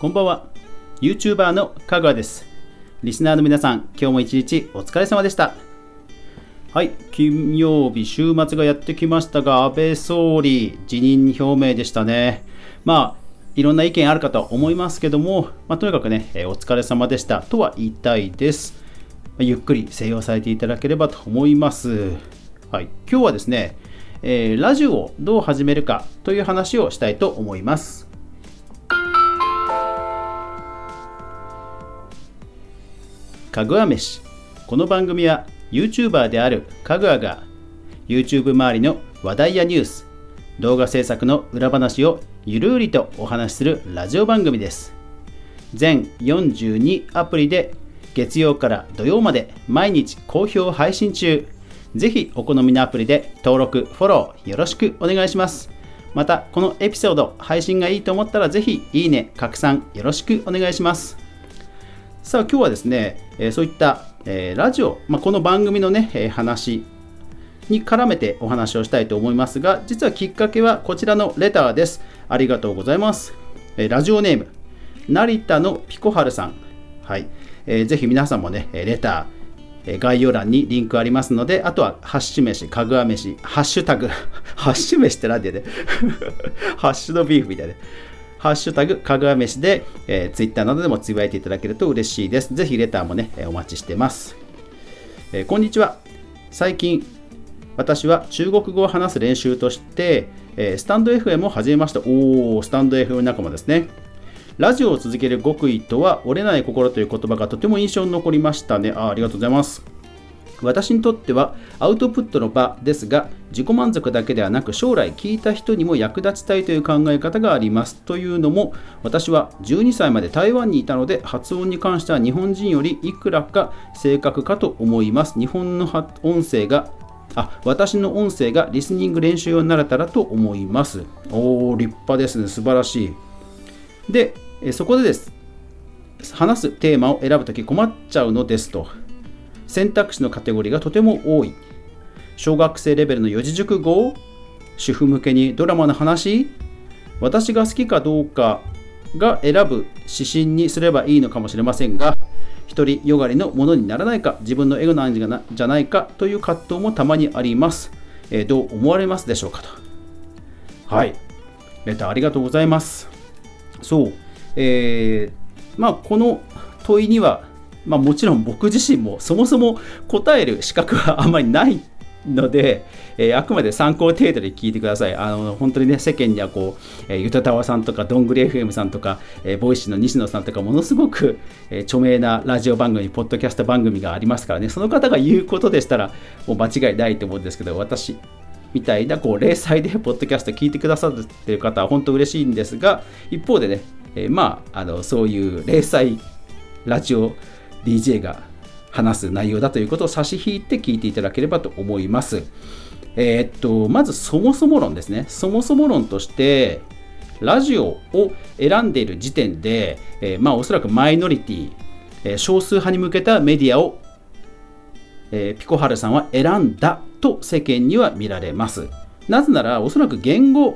こんばんは。 YouTuber のかぐわです。リスナーの皆さん、今日も一日お疲れ様でした。はい、金曜日週末がやってきましたが、安倍総理辞任表明でしたね。いろんな意見あるかとは思いますけども、とにかくね、お疲れ様でしたとは言いたいです。ゆっくり静養されていただければと思います。はい、今日はですね、ラジオをどう始めるかという話をしたいと思います。かぐわ飯。この番組は YouTuber であるかぐわが YouTube 周りの話題やニュース、動画制作の裏話をゆるりとお話しするラジオ番組です。全42アプリで月曜から土曜まで毎日好評配信中。ぜひお好みのアプリで登録、フォローよろしくお願いします。またこのエピソード配信がいいと思ったらぜひいいね、拡散よろしくお願いします。さあ今日はですね、そういった、ラジオ、この番組のね、話に絡めてお話をしたいと思いますが、実はきっかけはこちらのレターです。ありがとうございます。ラジオネーム成田のピコハルさん。はい、ぜひ皆さんもねレター概要欄にリンクありますので、あとはハッシュ飯、かぐわ飯、ハッシュタグハッシュ飯って何でねハッシュドビーフみたいなハッシュタグかぐわ飯で、ツイッターなどでもつぶやいていただけると嬉しいです。ぜひレターもね、お待ちしてます。こんにちは。最近私は中国語を話す練習として、スタンド FM を始めました。スタンド FM 仲間ですね。ラジオを続ける極意とは折れない心という言葉がとても印象に残りましたね。ありがとうございます。私にとってはアウトプットの場ですが、自己満足だけではなく将来聞いた人にも役立ちたいという考え方があります。というのも、私は12歳まで台湾にいたので、発音に関しては日本人よりいくらか正確かと思います。日本の音声が私の音声がリスニング練習用になれたらと思います。立派ですね。素晴らしい。で、そこでです。話すテーマを選ぶとき困っちゃうのですと。選択肢のカテゴリーがとても多い。小学生レベルの四字熟語、主婦向けにドラマの話、私が好きかどうかが選ぶ指針にすればいいのかもしれませんが、独りよがりのものにならないか、自分のエゴなんじゃないかという葛藤もたまにあります。どう思われますでしょうかと。はい。レターありがとうございます。そう。この問いには、もちろん僕自身もそもそも答える資格はあまりないので、あくまで参考程度で聞いてください。本当にね、世間にはゆたたわさんとかどんぐり FM さんとか、ボイシーの西野さんとかものすごく、著名なラジオ番組、ポッドキャスト番組がありますからね、その方が言うことでしたらもう間違いないと思うんですけど、私みたいな零細でポッドキャスト聞いてくださっている方は本当嬉しいんですが、一方でね、そういう零細ラジオ DJ が話す内容だということを差し引いて聞いていただければと思います。まずそもそも論ですね。そもそも論としてラジオを選んでいる時点で、おそらくマイノリティ、少数派に向けたメディアを、ピコハルさんは選んだと世間には見られます。なぜならおそらく言語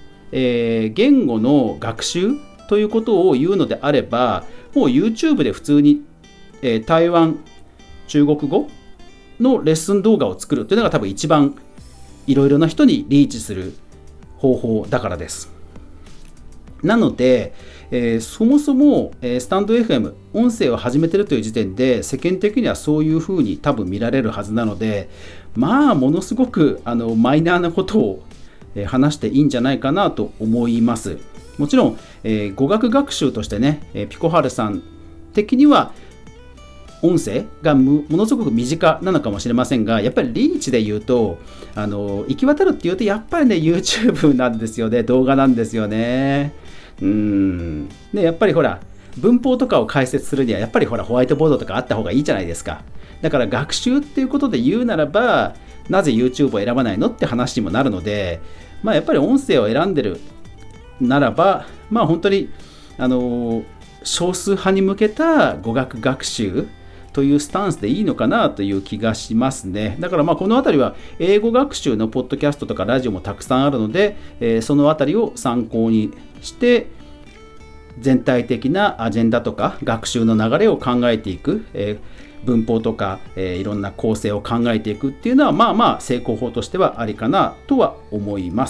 の学習ということを言うのであれば、もう YouTube で普通に、台湾中国語のレッスン動画を作るというのが多分一番いろいろな人にリーチする方法だからです。なので、そもそも、スタンド FM 音声を始めているという時点で世間的にはそういうふうに多分見られるはずなので、ものすごくマイナーなことを話していいんじゃないかなと思います。もちろん、語学学習としてね、ピコハルさん的には音声がものすごく身近なのかもしれませんが、やっぱりリーチで言うと行き渡るっていうとやっぱりね YouTube なんですよね。動画なんですよね。でやっぱりほら文法とかを解説するにはやっぱりほらホワイトボードとかあった方がいいじゃないですか。だから学習っていうことで言うならば、なぜ YouTube を選ばないのって話にもなるので、やっぱり音声を選んでるならば、本当に少数派に向けた語学学習というスタンスでいいのかなという気がしますね。だからこのあたりは英語学習のポッドキャストとかラジオもたくさんあるので、そのあたりを参考にして全体的なアジェンダとか学習の流れを考えていく、文法とか、いろんな構成を考えていくっていうのはまあまあ成功法としてはありかなとは思います。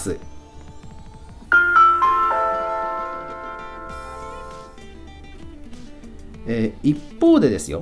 一方でですよ、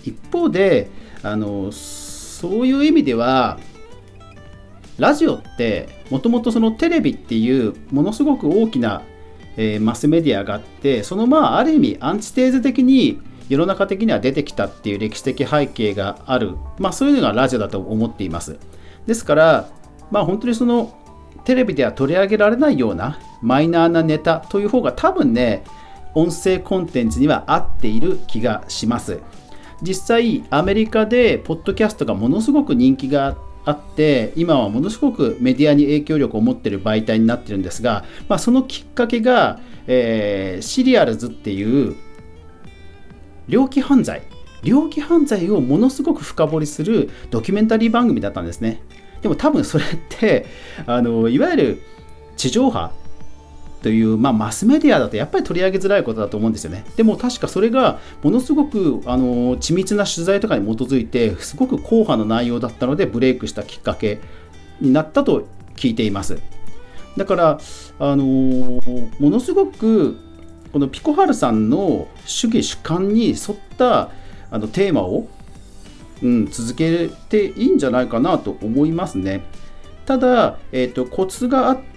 そういう意味ではラジオってもともとそのテレビっていうものすごく大きな、マスメディアがあって、そのある意味アンチテーゼ的に世の中的には出てきたっていう歴史的背景がある、そういうのがラジオだと思っています。ですから本当にそのテレビでは取り上げられないようなマイナーなネタという方が多分ね、音声コンテンツには合っている気がします。実際アメリカでポッドキャストがものすごく人気があって、今はものすごくメディアに影響力を持っている媒体になっているんですが、そのきっかけが、シリアルズっていう猟奇犯罪をものすごく深掘りするドキュメンタリー番組だったんですね。でも多分それっていわゆる地上波という、マスメディアだとやっぱり取り上げづらいことだと思うんですよね。でも確かそれがものすごく緻密な取材とかに基づいてすごく硬派な内容だったのでブレイクしたきっかけになったと聞いています。だからものすごくこのピコハルさんの主義主観に沿ったテーマを、続けていいんじゃないかなと思いますね。ただ、コツがあって、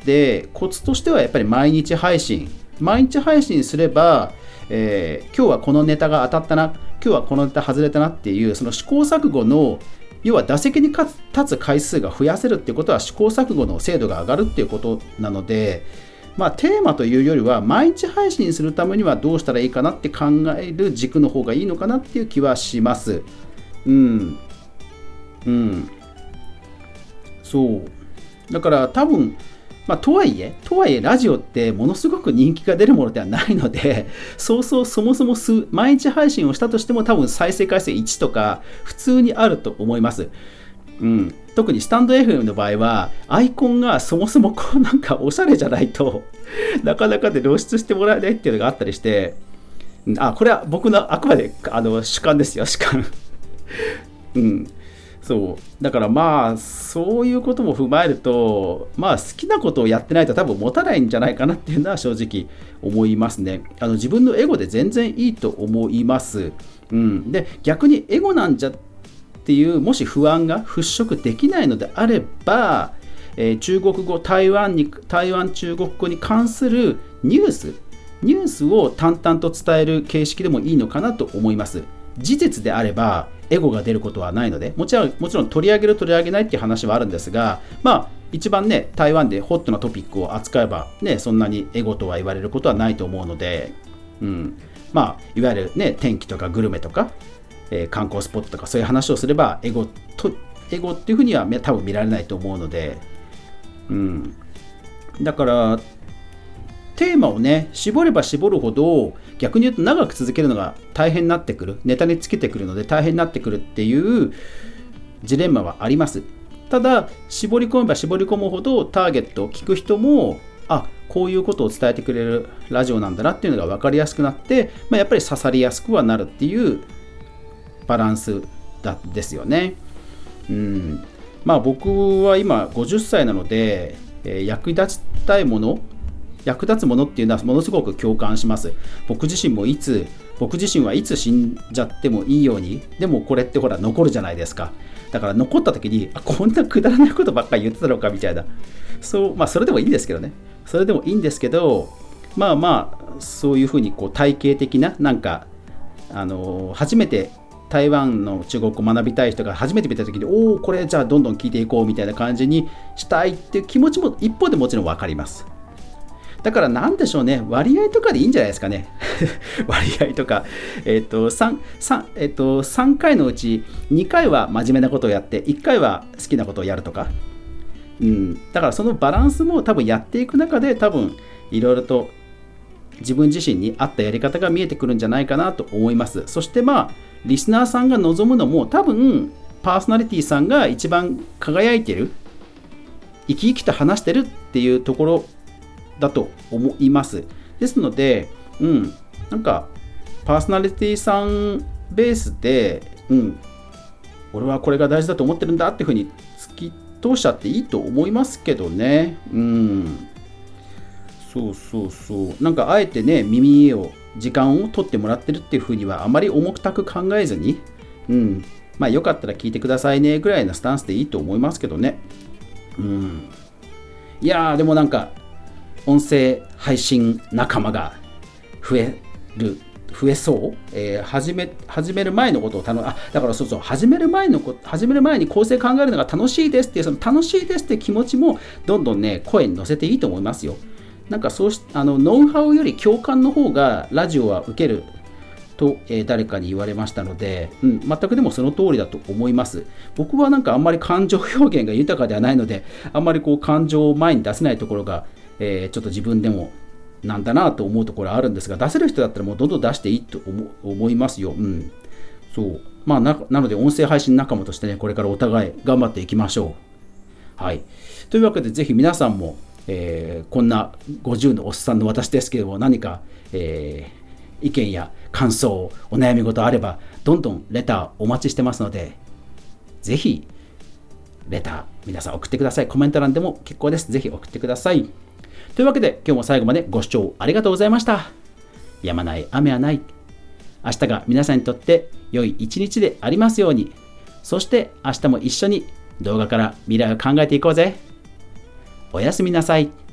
コツとしてはやっぱり毎日配信すれば、今日はこのネタが当たったな、今日はこのネタ外れたなっていうその試行錯誤の、要は打席に立つ回数が増やせるっていうことは試行錯誤の精度が上がるっていうことなので、テーマというよりは毎日配信するためにはどうしたらいいかなって考える軸の方がいいのかなっていう気はします。そうだから多分、とはいえラジオってものすごく人気が出るものではないので、そもそも毎日配信をしたとしても多分再生回数1とか普通にあると思います。特にスタンド FM の場合はアイコンがそもそもなんかおしゃれじゃないとなかなかで露出してもらえないっていうのがあったりして、これは僕のあくまで主観ですよ、主観そうだからそういうことも踏まえると好きなことをやってないと多分持たないんじゃないかなっていうのは正直思いますね。自分のエゴで全然いいと思います。で逆にエゴなんじゃっていうもし不安が払拭できないのであれば、中国語台湾中国語に関するニュースを淡々と伝える形式でもいいのかなと思います。事実であればエゴが出ることはないので、もちろん取り上げる取り上げないっていう話はあるんですが、一番ね台湾でホットなトピックを扱えばね、そんなにエゴとは言われることはないと思うので、いわゆるね天気とかグルメとか、観光スポットとかそういう話をすればエゴっていうふうには多分見られないと思うので、だからテーマをね絞れば絞るほど逆に言うと長く続けるのが大変になってくる、ネタにつけてくるので大変になってくるっていうジレンマはあります。ただ絞り込めば絞り込むほどターゲットを聞く人もこういうことを伝えてくれるラジオなんだなっていうのが分かりやすくなって、やっぱり刺さりやすくはなるっていうバランスですよね。僕は今50歳なので、役立つものっていうのはものすごく共感します。僕自身はいつ死んじゃってもいいように、でもこれってほら残るじゃないですか。だから残った時にこんなくだらないことばっかり言ってたのかみたいな、それでもいいんですけどね。そういうふうに体系的な初めて台湾の中国語を学びたい人が初めて見た時にこれじゃあどんどん聞いていこうみたいな感じにしたいっていう気持ちも一方でもちろん分かります。だからなんでしょうね、割合とかでいいんじゃないですかね割合とか、3回のうち2回は真面目なことをやって1回は好きなことをやるとか、だからそのバランスも多分やっていく中で多分いろいろと自分自身に合ったやり方が見えてくるんじゃないかなと思います。そしてリスナーさんが望むのも多分パーソナリティさんが一番輝いてる、生き生きと話してるっていうところだと思います。ですので、 なんかパーソナリティさんベースで、俺はこれが大事だと思ってるんだっていうふうに突き通しちゃっていいと思いますけどね。そうなんかあえてね、時間を取ってもらってるっていうふうにはあまり重たく考えずに、よかったら聞いてくださいねぐらいなスタンスでいいと思いますけどね。いやー、でもなんか音声配信仲間が増えそう、始める前のことをだから始める前に構成考えるのが楽しいですっていう、その楽しいですって気持ちもどんどんね、声に乗せていいと思いますよ。なんかノウハウより共感の方がラジオは受けると、誰かに言われましたので、全くでもその通りだと思います。僕はなんかあんまり感情表現が豊かではないので、あんまり感情を前に出せないところが、ちょっと自分でもなんだなと思うところはあるんですが、出せる人だったらもうどんどん出していいと思いますよ。なので音声配信仲間としてね、これからお互い頑張っていきましょう。はい。というわけで、ぜひ皆さんも、こんな50のおっさんの私ですけども、何か、意見や感想、お悩み事あれば、どんどんレターお待ちしてますので、ぜひレター皆さん送ってください。コメント欄でも結構です。ぜひ送ってください。というわけで、今日も最後までご視聴ありがとうございました。やまない雨はない。明日が皆さんにとって良い一日でありますように。そして明日も一緒に動画から未来を考えていこうぜ。おやすみなさい。